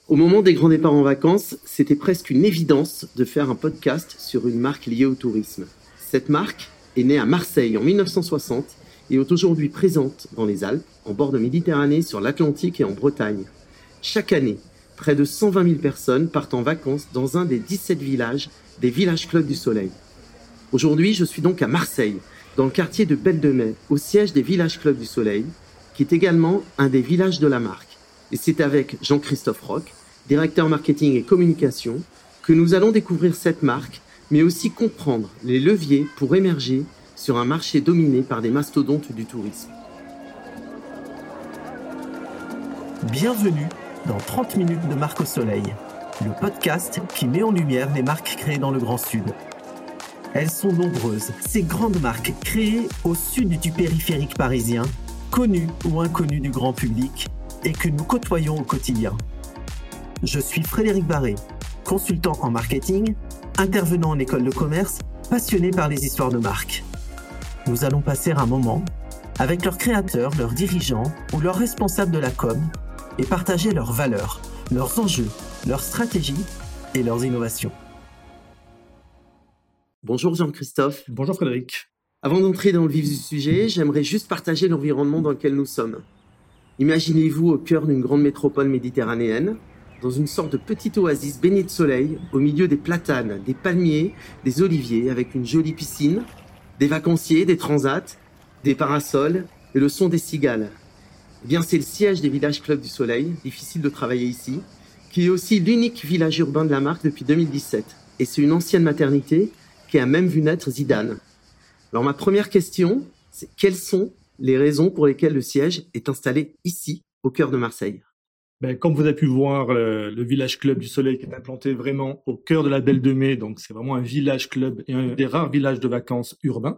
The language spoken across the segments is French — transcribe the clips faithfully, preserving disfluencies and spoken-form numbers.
Au moment des grands départs en vacances, c'était presque une évidence de faire un podcast sur une marque liée au tourisme. Cette marque est née à Marseille en mille neuf cent soixante et est aujourd'hui présente dans les Alpes, en bord de Méditerranée, sur l'Atlantique et en Bretagne. Chaque année, près de cent vingt mille personnes partent en vacances dans un des dix-sept villages des Villages Club du Soleil. Aujourd'hui, je suis donc à Marseille, dans le quartier de Belle de Mai, au siège des Villages Club du Soleil, qui est également un des villages de la marque. Et c'est avec Jean-Christophe Roch, directeur marketing et communication, que nous allons découvrir cette marque, mais aussi comprendre les leviers pour émerger sur un marché dominé par des mastodontes du tourisme. Bienvenue dans trente minutes de Marque au Soleil, le podcast qui met en lumière les marques créées dans le Grand Sud. Elles sont nombreuses, ces grandes marques créées au sud du périphérique parisien, connues ou inconnues du grand public et que nous côtoyons au quotidien. Je suis Frédéric Barré, consultant en marketing, intervenant en école de commerce, passionné par les histoires de marques. Nous allons passer un moment avec leurs créateurs, leurs dirigeants ou leurs responsables de la com et partager leurs valeurs, leurs enjeux, leurs stratégies et leurs innovations. Bonjour Jean-Christophe. Bonjour Frédéric. Avant d'entrer dans le vif du sujet, j'aimerais juste partager l'environnement dans lequel nous sommes. Imaginez-vous au cœur d'une grande métropole méditerranéenne, dans une sorte de petite oasis baignée de soleil, au milieu des platanes, des palmiers, des oliviers, avec une jolie piscine, des vacanciers, des transats, des parasols et le son des cigales. Eh bien, c'est le siège des Villages Club du Soleil, difficile de travailler ici, qui est aussi l'unique village urbain de la marque depuis deux mille dix-sept. Et c'est une ancienne maternité qui a même vu naître Zidane. Alors ma première question, c'est quelles sont les raisons pour lesquelles le siège est installé ici, au cœur de Marseille? Ben, comme vous avez pu voir, le, le Village Club du Soleil qui est implanté vraiment au cœur de la Belle de Mai, donc c'est vraiment un village club et un des rares villages de vacances urbains.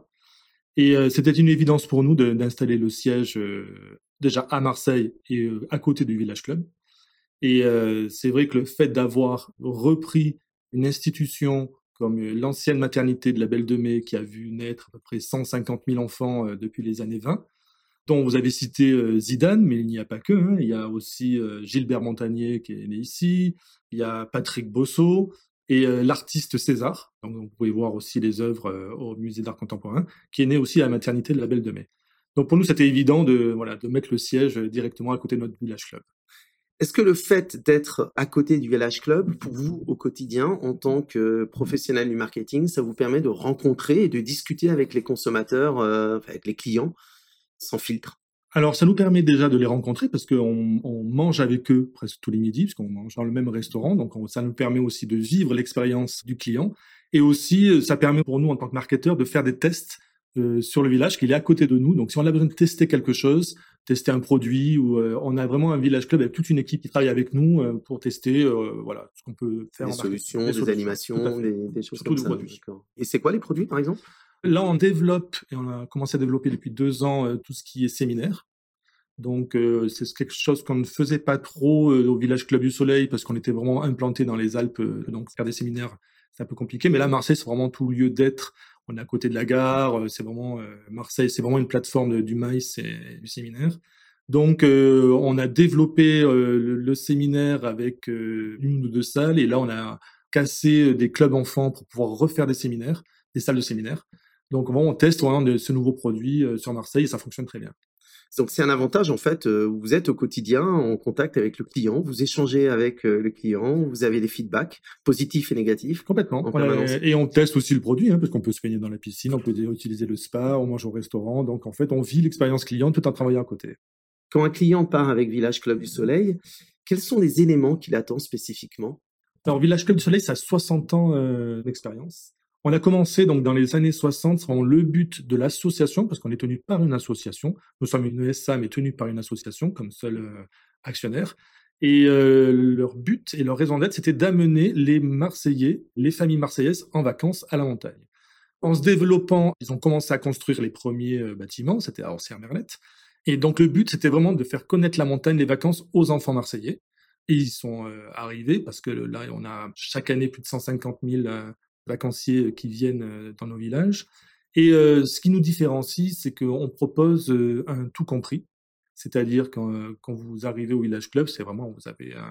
Et euh, c'était une évidence pour nous de, d'installer le siège euh, déjà à Marseille et euh, à côté du Village Club. Et euh, c'est vrai que le fait d'avoir repris une institution comme euh, l'ancienne maternité de la Belle de Mai qui a vu naître à peu près cent cinquante mille enfants euh, depuis les années vingt, dont vous avez cité euh, Zidane, mais il n'y a pas que. Hein. Il y a aussi euh, Gilbert Montagnier qui est né ici, il y a Patrick Bosso et euh, l'artiste César, donc vous pouvez voir aussi les œuvres euh, au Musée d'Art Contemporain, qui est né aussi à la maternité de la Belle de Mai. Donc pour nous, c'était évident de, voilà, de mettre le siège directement à côté de notre village club. Est-ce que le fait d'être à côté du Village Club, pour vous, au quotidien, en tant que professionnel du marketing, ça vous permet de rencontrer et de discuter avec les consommateurs, euh, avec les clients, sans filtre? Alors, ça nous permet déjà de les rencontrer parce qu'on on mange avec eux presque tous les midis, parce qu'on mange dans le même restaurant. Donc, on, ça nous permet aussi de vivre l'expérience du client. Et aussi, ça permet pour nous, en tant que marketeurs, de faire des tests euh, sur le village, qu'il est à côté de nous. Donc, si on a besoin de tester quelque chose, tester un produit, ou euh, on a vraiment un village club avec toute une équipe qui travaille avec nous euh, pour tester euh, voilà, ce qu'on peut faire Des en solutions, marketing. des, des animations, des, des choses Surtout comme de ça. produits. D'accord. Et c'est quoi les produits, par exemple? Là, on développe, et on a commencé à développer depuis deux ans, euh, tout ce qui est séminaire. Donc, euh, c'est quelque chose qu'on ne faisait pas trop euh, au Village Club du Soleil parce qu'on était vraiment implanté dans les Alpes. Euh, donc, faire des séminaires, c'est un peu compliqué. Mais là, Marseille, c'est vraiment tout lieu d'être. On est à côté de la gare. Euh, c'est vraiment euh, Marseille, c'est vraiment une plateforme de, du maïs et du séminaire. Donc, euh, on a développé euh, le, le séminaire avec euh, une ou deux salles. Et là, on a cassé des clubs enfants pour pouvoir refaire des séminaires, des salles de séminaire. Donc, bon, on teste vraiment de, ce nouveau produit euh, sur Marseille et ça fonctionne très bien. Donc c'est un avantage en fait, euh, vous êtes au quotidien en contact avec le client, vous échangez avec euh, le client, vous avez des feedbacks positifs et négatifs. Complètement. En Voilà, permanence. et on teste aussi le produit, hein, parce qu'on peut se baigner dans la piscine, on peut utiliser le spa, on mange au restaurant. Donc en fait, on vit l'expérience client tout en travaillant à côté. Quand un client part avec Village Club du Soleil, quels sont les éléments qu'il attend spécifiquement? Alors Village Club du Soleil, ça a soixante ans euh, d'expérience. On a commencé donc dans les années soixante, c'est vraiment le but de l'association, parce qu'on est tenu par une association. Nous sommes une E S A, mais tenue par une association comme seul euh, actionnaire. Et euh, leur but et leur raison d'être, c'était d'amener les Marseillais, les familles marseillaises, en vacances à la montagne. En se développant, ils ont commencé à construire les premiers euh, bâtiments, c'était à Orsières-Merlette. Et donc le but, c'était vraiment de faire connaître la montagne, les vacances aux enfants marseillais. Et ils sont euh, arrivés, parce que là, on a chaque année plus de cent cinquante mille euh, vacanciers qui viennent euh, dans nos villages. Et euh, ce qui nous différencie, c'est qu'on propose euh, un tout compris. C'est-à-dire quand, euh, quand vous arrivez au Village Club, c'est vraiment, vous avez un,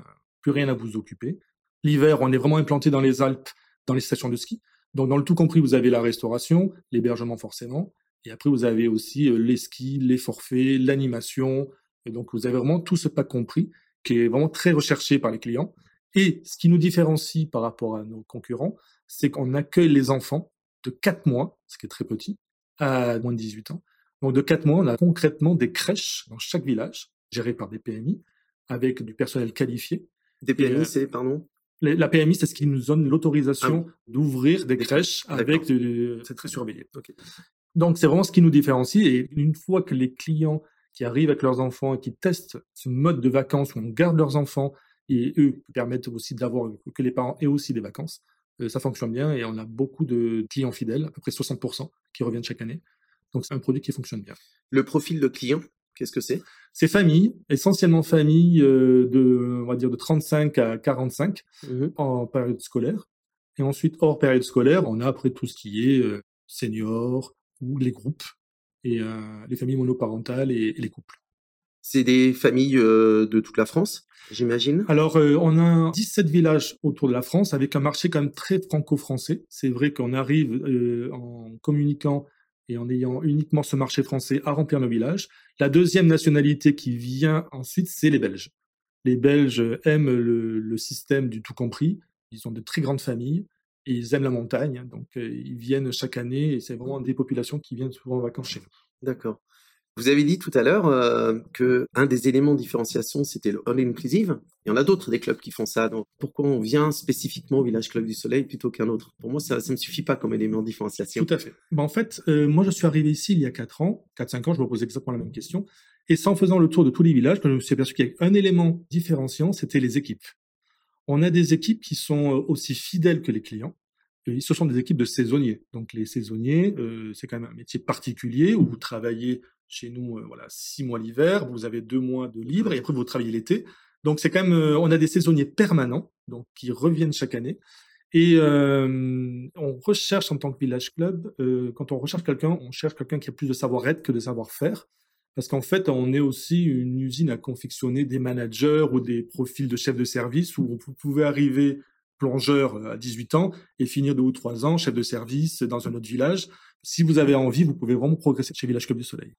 plus rien à vous occuper. L'hiver, on est vraiment implanté dans les Alpes, dans les stations de ski. Donc, dans le tout compris, vous avez la restauration, l'hébergement forcément, et après, vous avez aussi euh, les skis, les forfaits, l'animation. Et donc, vous avez vraiment tout ce pack compris qui est vraiment très recherché par les clients. Et ce qui nous différencie par rapport à nos concurrents, c'est qu'on accueille les enfants de quatre mois, ce qui est très petit, à moins de dix-huit ans. Donc, de quatre mois, on a concrètement des crèches dans chaque village, gérées par des P M I, avec du personnel qualifié. Des P M I, euh, c'est, pardon? La P M I, c'est ce qui nous donne l'autorisation ah, d'ouvrir des crèches avec de, c'est très surveillé. Okay. Donc, c'est vraiment ce qui nous différencie. Et une fois que les clients qui arrivent avec leurs enfants et qui testent ce mode de vacances où on garde leurs enfants et eux permettent aussi d'avoir, que les parents aient aussi des vacances, euh, ça fonctionne bien et on a beaucoup de clients fidèles, à peu près soixante pour cent qui reviennent chaque année. Donc, c'est un produit qui fonctionne bien. Le profil de client, qu'est-ce que c'est? C'est famille, essentiellement famille euh, de, on va dire, de trente-cinq à quarante-cinq mmh. en période scolaire. Et ensuite, hors période scolaire, on a après tout ce qui est euh, seniors ou les groupes et euh, les familles monoparentales et, et les couples. C'est des familles euh, de toute la France, j'imagine? Alors, euh, on a dix-sept villages autour de la France avec un marché quand même très franco-français. C'est vrai qu'on arrive euh, en communiquant et en ayant uniquement ce marché français à remplir nos villages. La deuxième nationalité qui vient ensuite, c'est les Belges. Les Belges aiment le, le système du tout compris. Ils ont de très grandes familles et ils aiment la montagne. Donc, euh, ils viennent chaque année et c'est vraiment des populations qui viennent souvent en vacances chez nous. D'accord. Vous avez dit tout à l'heure euh, qu'un des éléments de différenciation, c'était le all-inclusive. Il y en a d'autres, des clubs qui font ça. Donc, pourquoi on vient spécifiquement au Village Club du Soleil plutôt qu'un autre? Pour moi, ça ne me suffit pas comme élément de différenciation. Tout à fait. Ben, en fait, euh, moi, je suis arrivé ici il y a quatre ans, quatre cinq ans, je me posais exactement la même question. Et c'est en faisant le tour de tous les villages que je me suis aperçu qu'il y a un élément différenciant, c'était les équipes. On a des équipes qui sont aussi fidèles que les clients. Et ce sont des équipes de saisonniers. Donc, les saisonniers, euh, c'est quand même un métier particulier où vous travaillez chez nous, euh, voilà, six mois l'hiver, vous avez deux mois de libre et après vous travaillez l'été. Donc, c'est quand même, euh, on a des saisonniers permanents, donc qui reviennent chaque année. Et euh, on recherche en tant que Village Club, euh, quand on recherche quelqu'un, on cherche quelqu'un qui a plus de savoir-être que de savoir-faire. Parce qu'en fait, on est aussi une usine à confectionner des managers ou des profils de chefs de service où vous pouvez arriver plongeur à dix-huit ans et finir deux ou trois ans chef de service dans un autre village. Si vous avez envie, vous pouvez vraiment progresser chez Village Club du Soleil.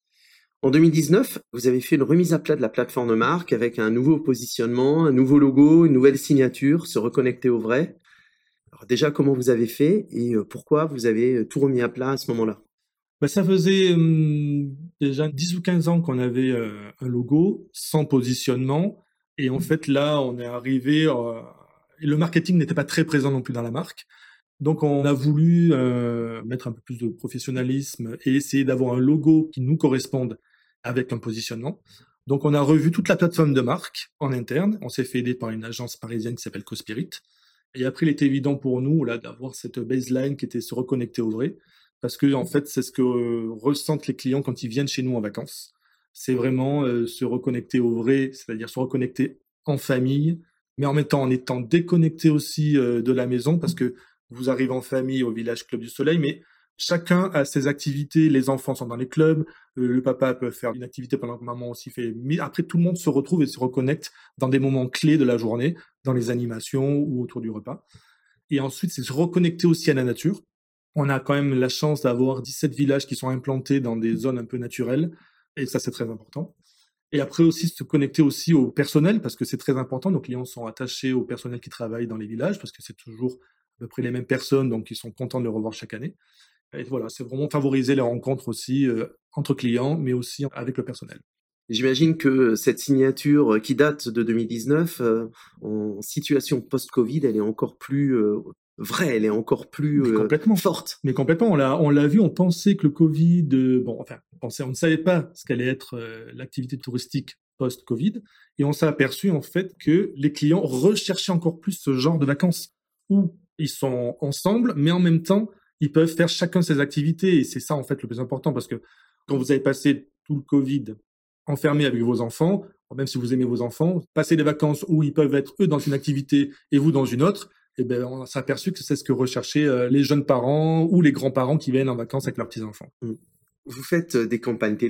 En deux mille dix-neuf, vous avez fait une remise à plat de la plateforme de marque avec un nouveau positionnement, un nouveau logo, une nouvelle signature, se reconnecter au vrai. Alors déjà, comment vous avez fait et pourquoi vous avez tout remis à plat à ce moment-là? Ben, ça faisait hum, déjà dix ou quinze ans qu'on avait euh, un logo sans positionnement. Et en fait, là, on est arrivé... Euh, et le marketing n'était pas très présent non plus dans la marque. Donc, on a voulu euh, mettre un peu plus de professionnalisme et essayer d'avoir un logo qui nous corresponde avec un positionnement. Donc, on a revu toute la plateforme de marque en interne. On s'est fait aider par une agence parisienne qui s'appelle Cospirit. Et après, il était évident pour nous là d'avoir cette baseline qui était se reconnecter au vrai. Parce que, en fait, c'est ce que euh, ressentent les clients quand ils viennent chez nous en vacances. C'est vraiment euh, se reconnecter au vrai, c'est-à-dire se reconnecter en famille, mais en même temps en étant déconnecté aussi euh, de la maison, parce que vous arrivez en famille au Village Club du Soleil, mais chacun a ses activités. Les enfants sont dans les clubs, euh, le papa peut faire une activité pendant que maman aussi fait. Mais après, tout le monde se retrouve et se reconnecte dans des moments clés de la journée, dans les animations ou autour du repas. Et ensuite, c'est se reconnecter aussi à la nature. On a quand même la chance d'avoir dix-sept villages qui sont implantés dans des zones un peu naturelles, et ça, c'est très important. Et après aussi, se connecter aussi au personnel, parce que c'est très important. Nos clients sont attachés au personnel qui travaille dans les villages, parce que c'est toujours à peu près les mêmes personnes, donc ils sont contents de les revoir chaque année. Et voilà, c'est vraiment favoriser les rencontres aussi euh, entre clients, mais aussi avec le personnel. J'imagine que cette signature qui date de deux mille dix-neuf, euh, en situation post-Covid, elle est encore plus euh, vraie, elle est encore plus euh, complètement. forte. Mais complètement, on l'a, on l'a vu, on pensait que le Covid, euh, bon, enfin, on, pensait, on ne savait pas ce qu'allait être euh, l'activité touristique post-Covid, et on s'est aperçu en fait que les clients recherchaient encore plus ce genre de vacances où ils sont ensemble, mais en même temps, ils peuvent faire chacun ses activités, et c'est ça en fait le plus important, parce que quand vous avez passé tout le Covid enfermé avec vos enfants, même si vous aimez vos enfants, passer des vacances où ils peuvent être eux dans une activité et vous dans une autre, eh ben, on s'est aperçu que c'est ce que recherchaient euh, les jeunes parents ou les grands-parents qui viennent en vacances avec leurs petits-enfants. Vous faites des campagnes télé,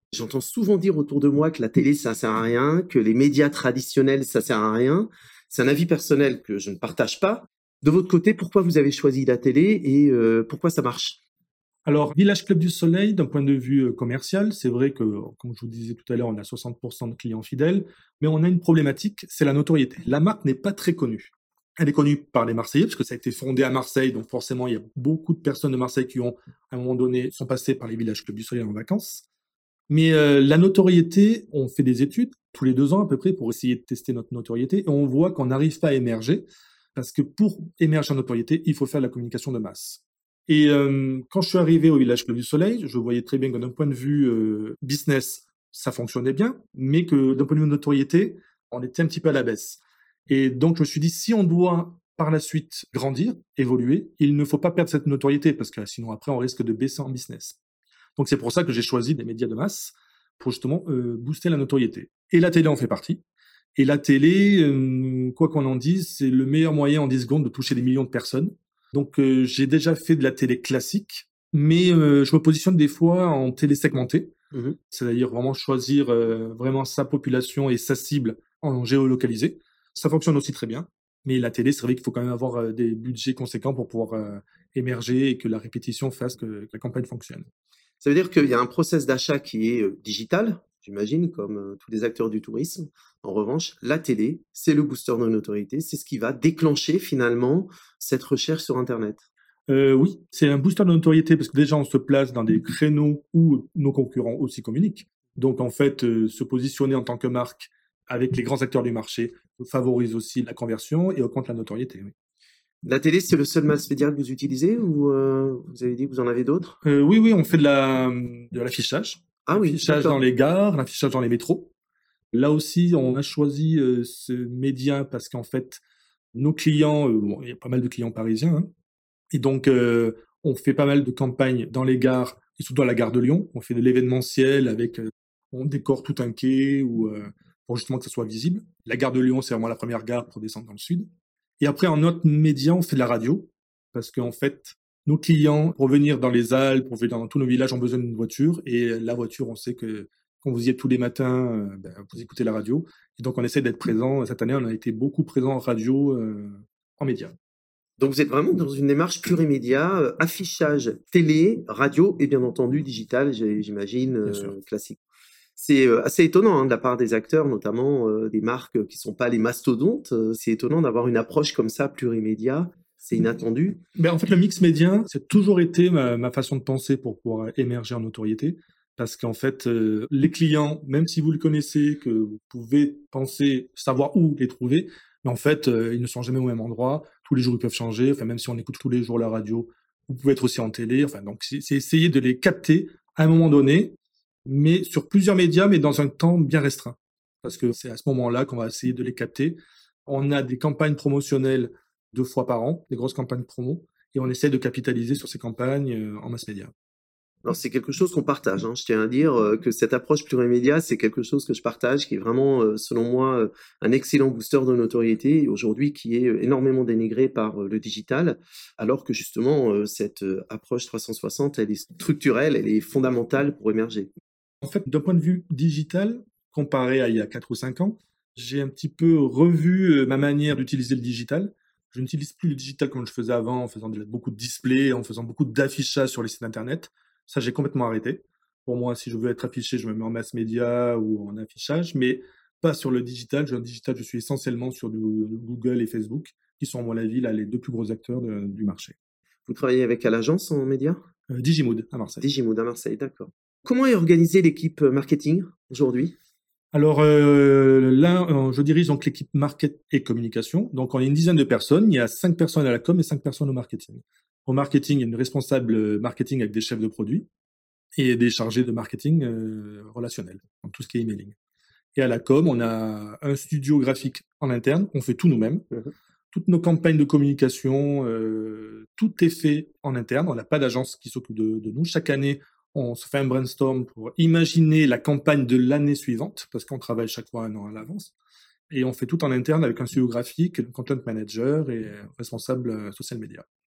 J'entends souvent dire autour de moi que la télé, ça sert à rien, que les médias traditionnels, ça sert à rien. C'est un avis personnel que je ne partage pas. De votre côté, pourquoi vous avez choisi la télé et euh, pourquoi ça marche? Alors, Village Club du Soleil, d'un point de vue euh, commercial, c'est vrai que, comme je vous disais tout à l'heure, on a soixante pour cent de clients fidèles, mais on a une problématique, c'est la notoriété. La marque n'est pas très connue. Elle est connue par les Marseillais, parce que ça a été fondé à Marseille, donc forcément, il y a beaucoup de personnes de Marseille qui ont, à un moment donné, sont passées par les Village Club du Soleil en vacances. Mais euh, la notoriété, on fait des études, tous les deux ans à peu près, pour essayer de tester notre notoriété, et on voit qu'on n'arrive pas à émerger, parce que pour émerger en notoriété, il faut faire de la communication de masse. Et euh, quand je suis arrivé au Village Club du Soleil, je voyais très bien que d'un point de vue euh, business, ça fonctionnait bien, mais que d'un point de vue notoriété, on était un petit peu à la baisse. Et donc je me suis dit, si on doit par la suite grandir, évoluer, il ne faut pas perdre cette notoriété, parce que sinon après on risque de baisser en business. Donc c'est pour ça que j'ai choisi des médias de masse, pour justement euh, booster la notoriété. Et la télé en fait partie. Et la télé, euh, quoi qu'on en dise, c'est le meilleur moyen en dix secondes de toucher des millions de personnes. Donc euh, j'ai déjà fait de la télé classique, mais euh, je me positionne des fois en télé segmentée, mmh. C'est-à-dire vraiment choisir euh, vraiment sa population et sa cible en géolocalisé. Ça fonctionne aussi très bien, mais la télé, c'est vrai qu'il faut quand même avoir euh, des budgets conséquents pour pouvoir euh, émerger et que la répétition fasse que, que la campagne fonctionne. Ça veut dire qu'il y a un process d'achat qui est euh, digital, j'imagine, comme euh, tous les acteurs du tourisme. En revanche, la télé, c'est le booster de notoriété, c'est ce qui va déclencher finalement cette recherche sur Internet. Euh, oui, c'est un booster de notoriété parce que déjà on se place dans des créneaux où nos concurrents aussi communiquent. Donc en fait, euh, se positionner en tant que marque avec les grands acteurs du marché favorise aussi la conversion et augmente la notoriété. Oui. La télé, c'est le seul mass média que vous utilisez ou euh, vous avez dit que vous en avez d'autres? euh, Oui, oui, on fait de, la, de l'affichage. Ah oui, l'affichage d'accord. dans les gares, l'affichage dans les métros. Là aussi, on a choisi euh, ce média parce qu'en fait, nos clients, euh, bon, il y a pas mal de clients parisiens, hein, et donc euh, on fait pas mal de campagnes dans les gares, et surtout à la gare de Lyon. On fait de l'événementiel avec, euh, on décore tout un quai ou euh, pour justement que ça soit visible. La gare de Lyon, c'est vraiment la première gare pour descendre dans le sud. Et après, en autre média, on fait de la radio parce qu'en fait, nos clients, pour venir dans les Alpes, pour venir dans tous nos villages, ont besoin d'une voiture. Et la voiture, on sait que quand vous y êtes tous les matins, euh, ben, vous écoutez la radio. Et donc, on essaie d'être présent. Cette année, on a été beaucoup présent en radio, euh, en médias. Donc, vous êtes vraiment dans une démarche plurimédia, euh, affichage télé, radio et bien entendu digital, j'imagine, euh, classique. C'est euh, assez étonnant hein, de la part des acteurs, notamment euh, des marques qui ne sont pas les mastodontes. Euh, c'est étonnant d'avoir une approche comme ça, plurimédia. C'est inattendu. Ben, en fait, le mix média, c'est toujours été ma, ma façon de penser pour pouvoir émerger en notoriété. Parce qu'en fait, euh, les clients, même si vous le connaissez, que vous pouvez penser savoir où les trouver, mais en fait, euh, ils ne sont jamais au même endroit. Tous les jours, ils peuvent changer. Enfin, même si on écoute tous les jours la radio, vous pouvez être aussi en télé. Enfin, donc, c'est, c'est essayer de les capter à un moment donné, mais sur plusieurs médias, mais dans un temps bien restreint. Parce que c'est à ce moment-là qu'on va essayer de les capter. On a des campagnes promotionnelles deux fois par an, des grosses campagnes promo, et on essaie de capitaliser sur ces campagnes euh, en mass média. Alors, c'est quelque chose qu'on partage. Hein. Je tiens à dire euh, que cette approche plurimédia, c'est quelque chose que je partage, qui est vraiment, euh, selon moi, euh, un excellent booster de notoriété, et aujourd'hui qui est euh, énormément dénigré par euh, le digital, alors que justement, euh, cette euh, approche trois cent soixante, elle est structurelle, elle est fondamentale pour émerger. En fait, d'un point de vue digital, comparé à il y a quatre ou cinq ans, j'ai un petit peu revu euh, ma manière d'utiliser le digital. Je n'utilise plus le digital comme je faisais avant, en faisant de, beaucoup de displays, en faisant beaucoup d'affichage sur les sites internet. Ça, j'ai complètement arrêté. Pour moi, si je veux être affiché, je me mets en mass média ou en affichage, mais pas sur le digital. Sur le digital, je suis essentiellement sur du Google et Facebook, qui sont, à mon avis, là, les deux plus gros acteurs de, du marché. Vous travaillez avec quelle agence en médias? euh, Digimood, à Marseille. Digimood, à Marseille, d'accord. Comment est organisée l'équipe marketing aujourd'hui? Alors euh, là, euh, je dirige donc l'équipe market et communication. Donc on est une dizaine de personnes. Il y a cinq personnes à la com et cinq personnes au marketing. Au marketing, il y a une responsable marketing avec des chefs de produits et des chargés de marketing euh, relationnel, donc tout ce qui est emailing. Et à la com, on a un studio graphique en interne. On fait tout nous-mêmes. Mmh. Toutes nos campagnes de communication, euh, tout est fait en interne. On n'a pas d'agence qui s'occupe de, de nous. Chaque année, on se fait un brainstorm pour imaginer la campagne de l'année suivante, parce qu'on travaille chaque fois un an à l'avance. Et on fait tout en interne avec un studio graphique, un content manager et un responsable social media.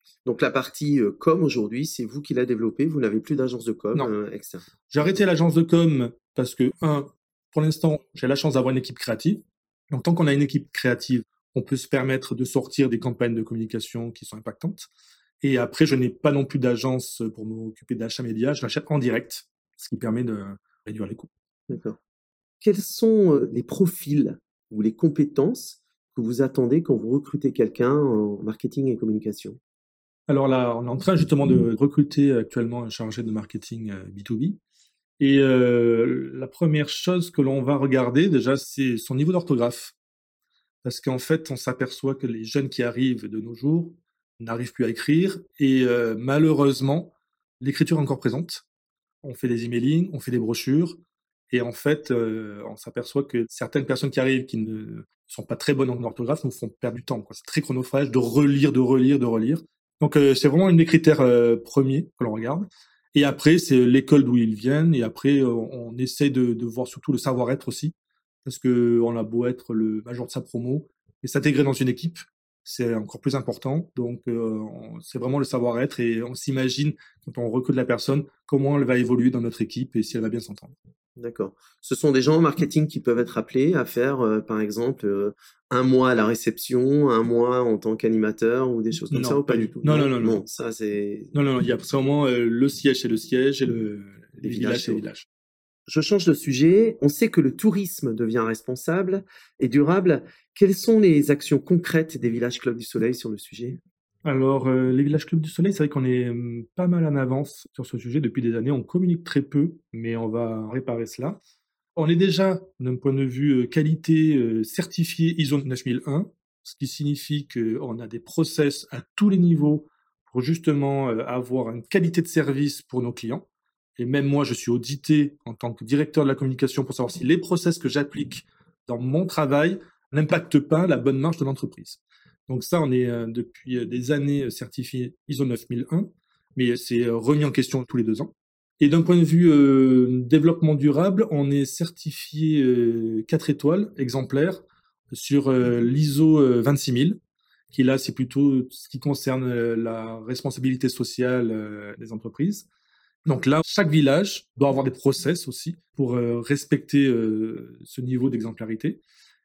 Donc la partie euh, com aujourd'hui, c'est vous qui la développez, vous n'avez plus d'agence de com Non. euh, externe. J'ai arrêté l'agence de com parce que, un, pour l'instant, j'ai la chance d'avoir une équipe créative. Donc, tant qu'on a une équipe créative, on peut se permettre de sortir des campagnes de communication qui sont impactantes. Et après, je n'ai pas non plus d'agence pour m'occuper d'achat média. Je l'achète en direct, ce qui permet de réduire les coûts. D'accord. Quels sont euh, les profils ou les compétences que vous attendez quand vous recrutez quelqu'un en marketing et communication? Alors là, on est en train justement de recruter actuellement un chargé de marketing euh, B deux B. Et euh, la première chose que l'on va regarder déjà, c'est son niveau d'orthographe. Parce qu'en fait, on s'aperçoit que les jeunes qui arrivent de nos jours n'arrivent plus à écrire. Et euh, malheureusement, l'écriture est encore présente. On fait des emailing, on fait des brochures. Et en fait, euh, on s'aperçoit que certaines personnes qui arrivent, qui ne sont pas très bonnes en orthographe, nous font perdre du temps, quoi. C'est très chronophage de relire, de relire, de relire. Donc, euh, c'est vraiment un des critères euh, premiers que l'on regarde. Et après, c'est l'école d'où ils viennent. Et après, euh, on essaie de, de voir surtout le savoir-être aussi. Parce qu'on a beau être le major de sa promo, et s'intégrer dans une équipe, c'est encore plus important. Donc, euh, on- c'est vraiment le savoir-être. Et on s'imagine, quand on recrute la personne, comment elle va évoluer dans notre équipe et si elle va bien s'entendre. D'accord. Ce sont des gens en marketing qui peuvent être appelés à faire, euh, par exemple, euh, un mois à la réception, un mois en tant qu'animateur ou des choses comme Non, ça, ou pas pas du du- tout? non, non, non, non. Non, ça c'est Non, non, non, il y a vraiment euh, le siège, c'est le siège, et le, les les villages, villages, c'est c'est les autre. villages. Je change de sujet. On sait que le tourisme devient responsable et durable. Quelles sont les actions concrètes des villages Club du Soleil sur le sujet? Alors, euh, les villages Club du Soleil, c'est vrai qu'on est hum, pas mal en avance sur ce sujet depuis des années. On communique très peu, mais on va réparer cela. On est déjà, d'un point de vue euh, qualité, euh, certifié I S O neuf mille un, ce qui signifie qu'on a des process à tous les niveaux pour justement euh, avoir une qualité de service pour nos clients. Et même moi, je suis audité en tant que directeur de la communication pour savoir si les process que j'applique dans mon travail n'impactent pas la bonne marche de l'entreprise. Donc ça, on est euh, depuis euh, des années euh, certifié I S O neuf mille un, mais c'est euh, remis en question tous les deux ans. Et d'un point de vue euh, développement durable, on est certifié euh, quatre étoiles exemplaires sur euh, l'I S O euh, vingt-six mille, qui là, c'est plutôt ce qui concerne euh, la responsabilité sociale euh, des entreprises. Donc là, chaque village doit avoir des process aussi pour euh, respecter euh, ce niveau d'exemplarité.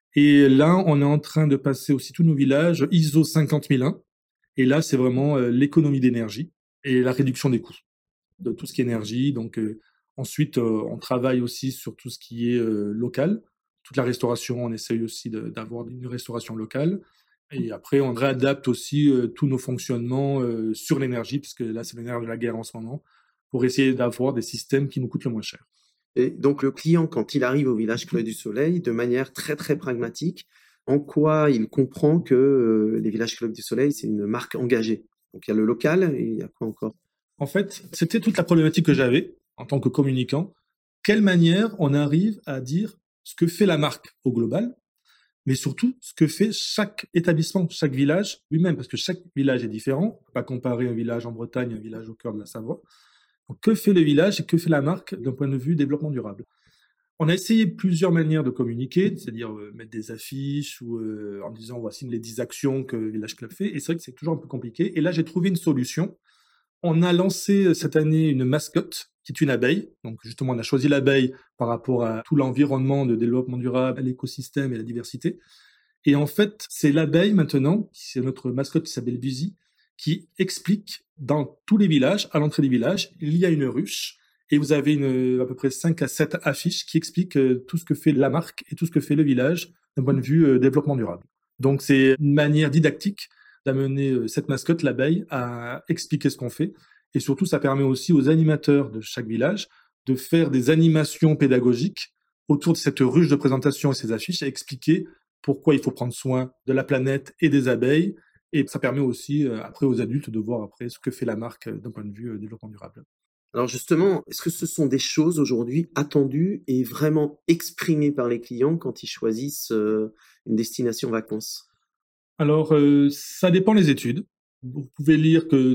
Et là, on est en train de passer aussi tous nos villages I S O cinquante mille un. Et là, c'est vraiment euh, l'économie d'énergie et la réduction des coûts de tout ce qui est énergie. Donc euh, ensuite, euh, on travaille aussi sur tout ce qui est euh, local. Toute la restauration, on essaye aussi de- d'avoir une restauration locale. Et après, on réadapte aussi euh, tous nos fonctionnements euh, sur l'énergie, puisque là, c'est le nerf de la guerre en ce moment, pour essayer d'avoir des systèmes qui nous coûtent le moins cher. Et donc le client, quand il arrive au village Club du Soleil, de manière très très pragmatique, en quoi il comprend que euh, les villages Club du Soleil, c'est une marque engagée. Donc il y a le local et il y a quoi encore? En fait, c'était toute la problématique que j'avais en tant que communicant. Quelle manière on arrive à dire ce que fait la marque au global, mais surtout ce que fait chaque établissement, chaque village lui-même, parce que chaque village est différent. On ne peut pas comparer un village en Bretagne à un village au cœur de la Savoie. Donc, que fait le village et que fait la marque d'un point de vue développement durable? On a essayé plusieurs manières de communiquer, c'est-à-dire euh, mettre des affiches ou euh, en disant voici les dix actions que le Village Club fait. Et c'est vrai que c'est toujours un peu compliqué. Et là, j'ai trouvé une solution. On a lancé cette année une mascotte qui est une abeille. Donc justement, on a choisi l'abeille par rapport à tout l'environnement de développement durable, à l'écosystème et à la diversité. Et en fait, c'est l'abeille maintenant, c'est notre mascotte qui s'appelle Buzy, qui explique dans tous les villages, à l'entrée des villages, il y a une ruche et vous avez une, à peu près cinq à sept affiches qui expliquent euh, tout ce que fait la marque et tout ce que fait le village d'un point de vue euh, développement durable. Donc c'est une manière didactique d'amener euh, cette mascotte, l'abeille, à expliquer ce qu'on fait. Et surtout, ça permet aussi aux animateurs de chaque village de faire des animations pédagogiques autour de cette ruche de présentation et ces affiches et expliquer pourquoi il faut prendre soin de la planète et des abeilles. Et ça permet aussi, euh, après, aux adultes de voir après ce que fait la marque euh, d'un point de vue euh, développement durable. Alors justement, est-ce que ce sont des choses aujourd'hui attendues et vraiment exprimées par les clients quand ils choisissent euh, une destination vacances? Alors, euh, ça dépend des études. Vous pouvez lire que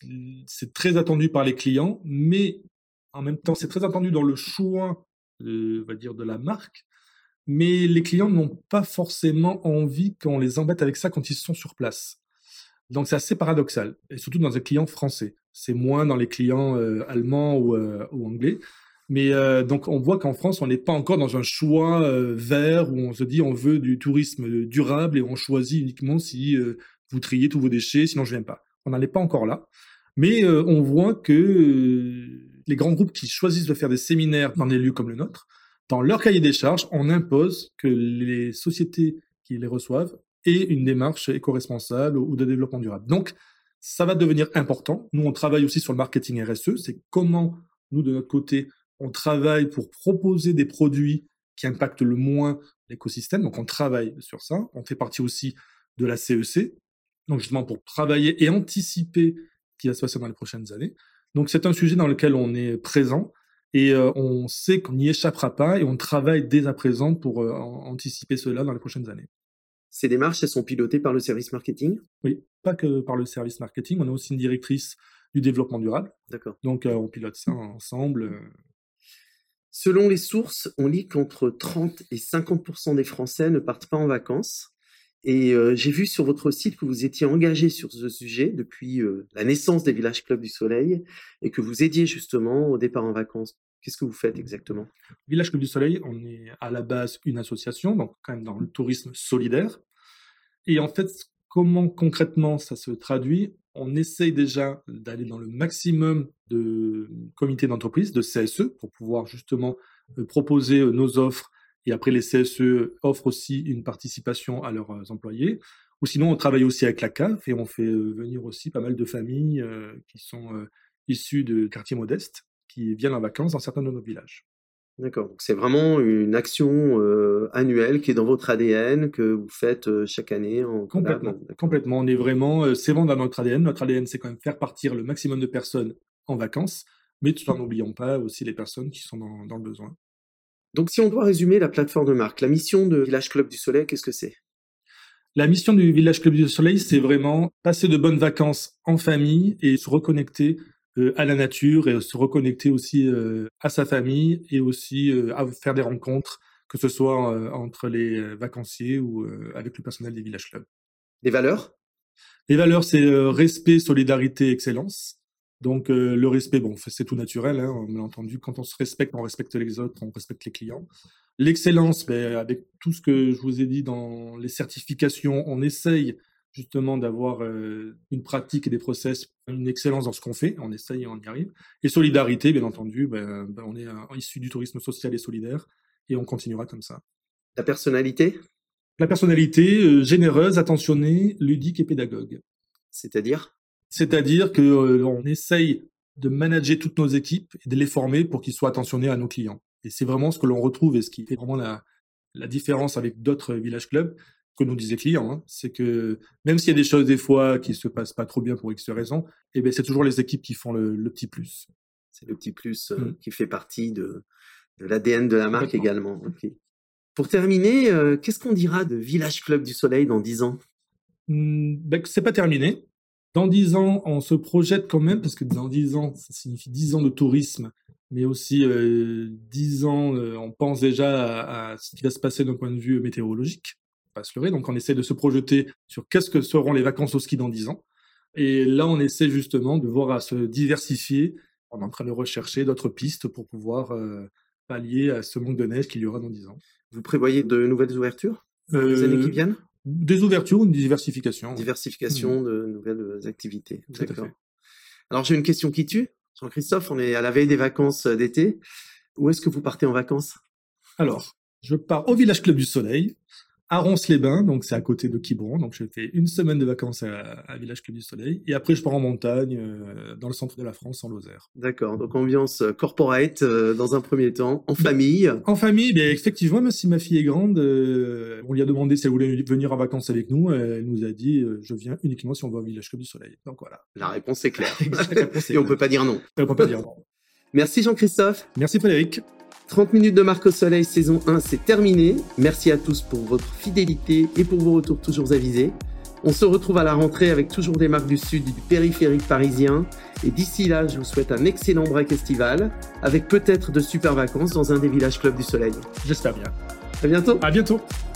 c'est très attendu par les clients, mais en même temps, c'est très attendu dans le choix, euh, on va dire, de la marque. Mais les clients n'ont pas forcément envie qu'on les embête avec ça quand ils sont sur place. Donc, c'est assez paradoxal, et surtout dans un client français. C'est moins dans les clients euh, allemands ou, euh, ou anglais. Mais euh, donc, on voit qu'en France, on n'est pas encore dans un choix euh, vert où on se dit on veut du tourisme durable et on choisit uniquement si euh, vous triez tous vos déchets, sinon je viens pas. On n'en est pas encore là. Mais euh, on voit que euh, les grands groupes qui choisissent de faire des séminaires dans des lieux comme le nôtre, dans leur cahier des charges, on impose que les sociétés qui les reçoivent aient une démarche éco-responsable ou de développement durable. Donc, ça va devenir important. Nous, on travaille aussi sur le marketing R S E. C'est comment, nous, de notre côté, on travaille pour proposer des produits qui impactent le moins l'écosystème. Donc, on travaille sur ça. On fait partie aussi de la C E C, donc justement pour travailler et anticiper ce qui va se passer dans les prochaines années. Donc, c'est un sujet dans lequel on est présent et euh, on sait qu'on n'y échappera pas et on travaille dès à présent pour euh, anticiper cela dans les prochaines années. Ces démarches, elles sont pilotées par le service marketing ? Oui, pas que par le service marketing. On a aussi une directrice du développement durable. D'accord. Donc, euh, on pilote ça ensemble. Euh... Selon les sources, on lit qu'entre trente et cinquante pour cent des Français ne partent pas en vacances. Et euh, j'ai vu sur votre site que vous étiez engagé sur ce sujet depuis euh, la naissance des Village Club du Soleil et que vous aidiez justement au départ en vacances. Qu'est-ce que vous faites exactement ? Village Club du Soleil, on est à la base une association, donc quand même dans le tourisme solidaire. Et en fait, comment concrètement ça se traduit ? On essaye déjà d'aller dans le maximum de comités d'entreprise, de C S E, pour pouvoir justement proposer nos offres. Et après, les C S E offrent aussi une participation à leurs employés. Ou sinon, on travaille aussi avec la C A F et on fait venir aussi pas mal de familles euh, qui sont euh, issues de quartiers modestes, qui viennent en vacances dans certains de nos villages. D'accord, donc c'est vraiment une action euh, annuelle qui est dans votre A D N, que vous faites euh, chaque année en Complètement, complètement. On est vraiment, euh, c'est vraiment dans notre A D N. Notre A D N, c'est quand même faire partir le maximum de personnes en vacances, mais tout en n'oubliant pas aussi les personnes qui sont dans, dans le besoin. Donc si on doit résumer la plateforme de marque, la mission de Village Club du Soleil, qu'est-ce que c'est ? La mission du Village Club du Soleil, c'est vraiment passer de bonnes vacances en famille et se reconnecter Euh, à la nature et se reconnecter aussi euh, à sa famille et aussi euh, à faire des rencontres, que ce soit euh, entre les euh, vacanciers ou euh, avec le personnel des Village Club. Les valeurs ? Les valeurs, c'est euh, respect, solidarité, excellence. Donc euh, le respect, bon, c'est tout naturel, hein, on l'a entendu. Quand on se respecte, on respecte les autres, on respecte les clients. L'excellence, ben, avec tout ce que je vous ai dit dans les certifications, on essaye justement d'avoir euh, une pratique et des process, une excellence dans ce qu'on fait, on essaye et on y arrive. Et solidarité, bien entendu, ben, ben on est euh, issu du tourisme social et solidaire, et on continuera comme ça. La personnalité ? La personnalité, euh, généreuse, attentionnée, ludique et pédagogue. C'est-à-dire ? C'est-à-dire qu'on euh, essaye de manager toutes nos équipes et de les former pour qu'ils soient attentionnés à nos clients. Et c'est vraiment ce que l'on retrouve et ce qui fait vraiment la, la différence avec d'autres village clubs, que nous disent les clients, hein, c'est que même s'il y a des choses des fois qui se passent pas trop bien pour X raisons, eh ben c'est toujours les équipes qui font le, le petit plus. C'est le petit plus euh, mmh. qui fait partie de, de l'A D N de la marque également. Okay. Pour terminer, euh, qu'est-ce qu'on dira de Village Club du Soleil dans dix ans ? mmh, ben, c'est pas terminé. Dans dix ans, on se projette quand même, parce que dans dix ans, ça signifie dix ans de tourisme, mais aussi euh, dix ans, euh, on pense déjà à, à ce qui va se passer d'un point de vue météorologique. Pas se leurrer, donc on essaie de se projeter sur qu'est-ce que seront les vacances au ski dans dix ans. Et là, on essaie justement de voir à se diversifier. On est en train de rechercher d'autres pistes pour pouvoir euh, pallier à ce manque de neige qu'il y aura dans dix ans. Vous prévoyez de nouvelles ouvertures dans euh, les années qui viennent ? Des ouvertures ou une diversification. Diversification mmh. de nouvelles activités. Tout D'accord. à fait. Alors, j'ai une question qui tue. Jean-Christophe, on est à la veille des vacances d'été. Où est-ce que vous partez en vacances ? Alors, je pars au Village Club du Soleil, à Ronces-les-Bains, donc c'est à côté de Quiberon. Donc je fais une semaine de vacances à, à Village Club du Soleil. Et après, je pars en montagne, euh, dans le centre de la France, en Lozère. D'accord, donc ambiance corporate euh, dans un premier temps, en famille. En famille, bien, effectivement, même si ma fille est grande, euh, on lui a demandé si elle voulait venir en vacances avec nous. Elle nous a dit, euh, je viens uniquement si on va au Village Club du Soleil. Donc voilà. La réponse est claire. La réponse est Et on claire. peut pas dire non. On peut pas dire non. Merci Jean-Christophe. Merci Frédéric. trente minutes de Marque au Soleil saison un, c'est terminé. Merci à tous pour votre fidélité et pour vos retours toujours avisés. On se retrouve à la rentrée avec toujours des marques du Sud du périphérique parisien. Et d'ici là, je vous souhaite un excellent break estival avec peut-être de super vacances dans un des Village Club du Soleil. J'espère bien. À bientôt. À bientôt.